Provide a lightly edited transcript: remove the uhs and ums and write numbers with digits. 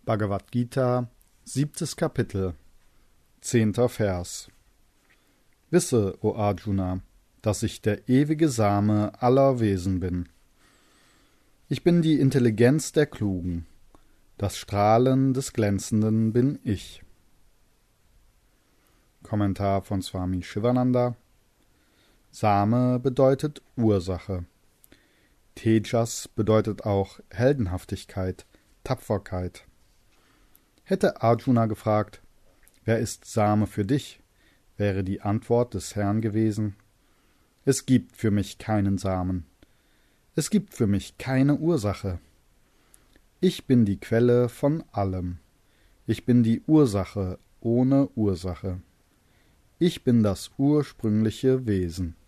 Bhagavad Gita, 7. Kapitel, 10. Vers. Wisse, o Arjuna, dass ich der ewige Same aller Wesen bin. Ich bin die Intelligenz der Klugen, das Strahlen des Glänzenden bin ich. Kommentar von Swami Shivananda. Same bedeutet Ursache. Tejas bedeutet auch Heldenhaftigkeit, Tapferkeit. Hätte Arjuna gefragt, wer ist Same für dich, wäre die Antwort des Herrn gewesen: Es gibt für mich keinen Samen. Es gibt für mich keine Ursache. Ich bin die Quelle von allem. Ich bin die Ursache ohne Ursache. Ich bin das ursprüngliche Wesen.